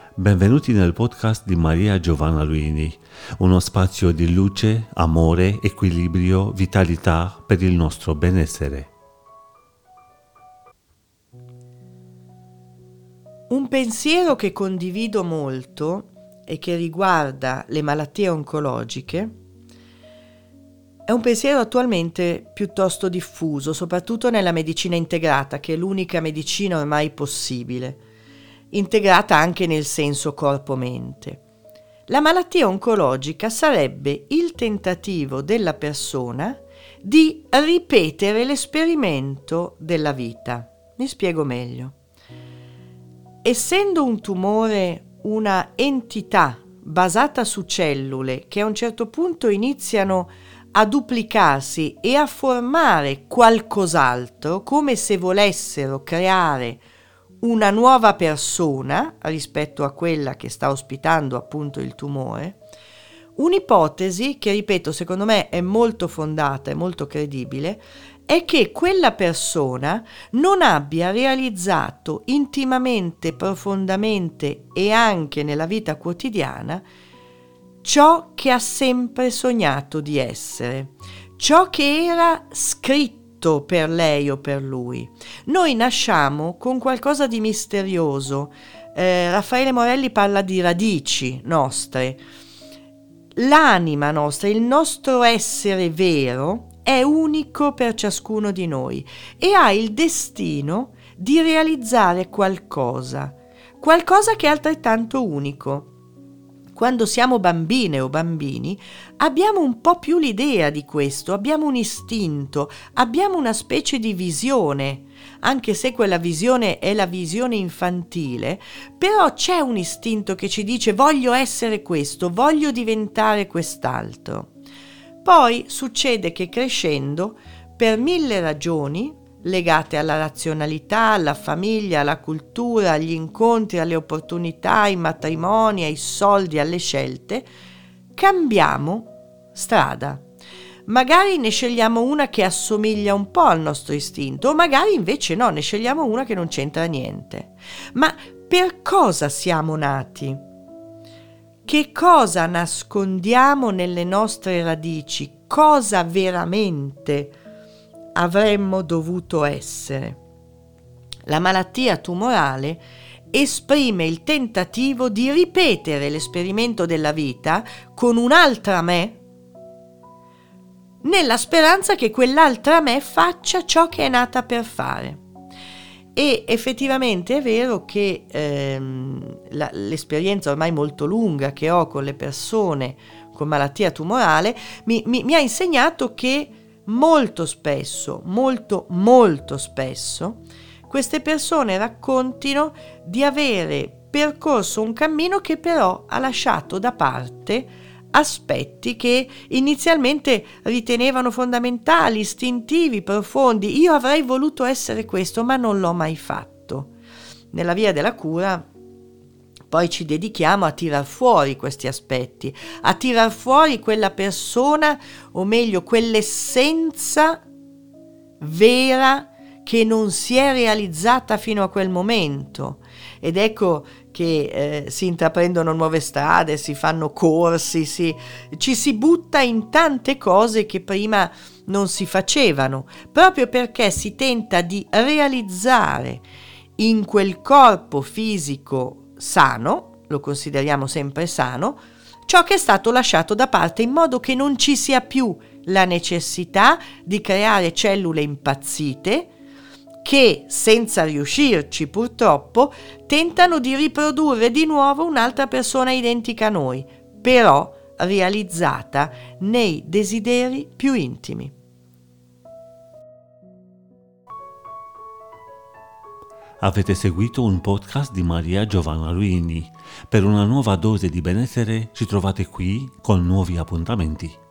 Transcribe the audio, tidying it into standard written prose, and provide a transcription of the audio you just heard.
Benvenuti nel podcast di Maria Giovanna Luini, uno spazio di luce, amore, equilibrio, vitalità per il nostro benessere. Un pensiero che condivido molto e che riguarda le malattie oncologiche è un pensiero attualmente piuttosto diffuso, soprattutto nella medicina integrata, che è l'unica medicina ormai possibile, integrata anche nel senso corpo-mente. La malattia oncologica sarebbe il tentativo della persona di ripetere l'esperimento della vita. Mi spiego meglio. Essendo un tumore una entità basata su cellule che a un certo punto iniziano a duplicarsi e a formare qualcos'altro, come se volessero creare una nuova persona rispetto a quella che sta ospitando appunto il tumore, un'ipotesi che, ripeto, secondo me è molto fondata e molto credibile, è che quella persona non abbia realizzato intimamente, profondamente e anche nella vita quotidiana ciò che ha sempre sognato di essere, ciò che era scritto per lei o per lui. Noi nasciamo con qualcosa di misterioso. Raffaele Morelli parla di radici nostre. L'anima nostra, il nostro essere vero è unico per ciascuno di noi e ha il destino di realizzare qualcosa che è altrettanto unico. Quando siamo bambine o bambini abbiamo un po' più l'idea di questo, abbiamo un istinto, abbiamo una specie di visione, anche se quella visione è la visione infantile, però c'è un istinto che ci dice voglio essere questo, voglio diventare quest'altro. Poi succede che crescendo, per 1000 ragioni, legate alla razionalità, alla famiglia, alla cultura, agli incontri, alle opportunità, ai matrimoni, ai soldi, alle scelte, cambiamo strada. Magari ne scegliamo una che assomiglia un po' al nostro istinto, o magari invece no, ne scegliamo una che non c'entra niente. Ma per cosa siamo nati? Che cosa nascondiamo nelle nostre radici? Cosa veramente avremmo dovuto essere? La malattia tumorale esprime il tentativo di ripetere l'esperimento della vita con un'altra me, nella speranza che quell'altra me faccia ciò che è nata per fare. E effettivamente è vero che l'esperienza ormai molto lunga che ho con le persone con malattia tumorale mi ha insegnato che molto spesso, molto spesso, queste persone raccontino di avere percorso un cammino che però ha lasciato da parte aspetti che inizialmente ritenevano fondamentali, istintivi, profondi. Io avrei voluto essere questo, ma non l'ho mai fatto. Nella via della cura poi ci dedichiamo a tirar fuori questi aspetti, a tirar fuori quella persona, o meglio, quell'essenza vera che non si è realizzata fino a quel momento. Ed ecco che si intraprendono nuove strade, si fanno corsi, ci si butta in tante cose che prima non si facevano, proprio perché si tenta di realizzare in quel corpo fisico sano, lo consideriamo sempre sano, ciò che è stato lasciato da parte, in modo che non ci sia più la necessità di creare cellule impazzite che, senza riuscirci purtroppo, tentano di riprodurre di nuovo un'altra persona identica a noi, però realizzata nei desideri più intimi. Avete seguito un podcast di Maria Giovanna Luini. Per una nuova dose di benessere ci trovate qui con nuovi appuntamenti.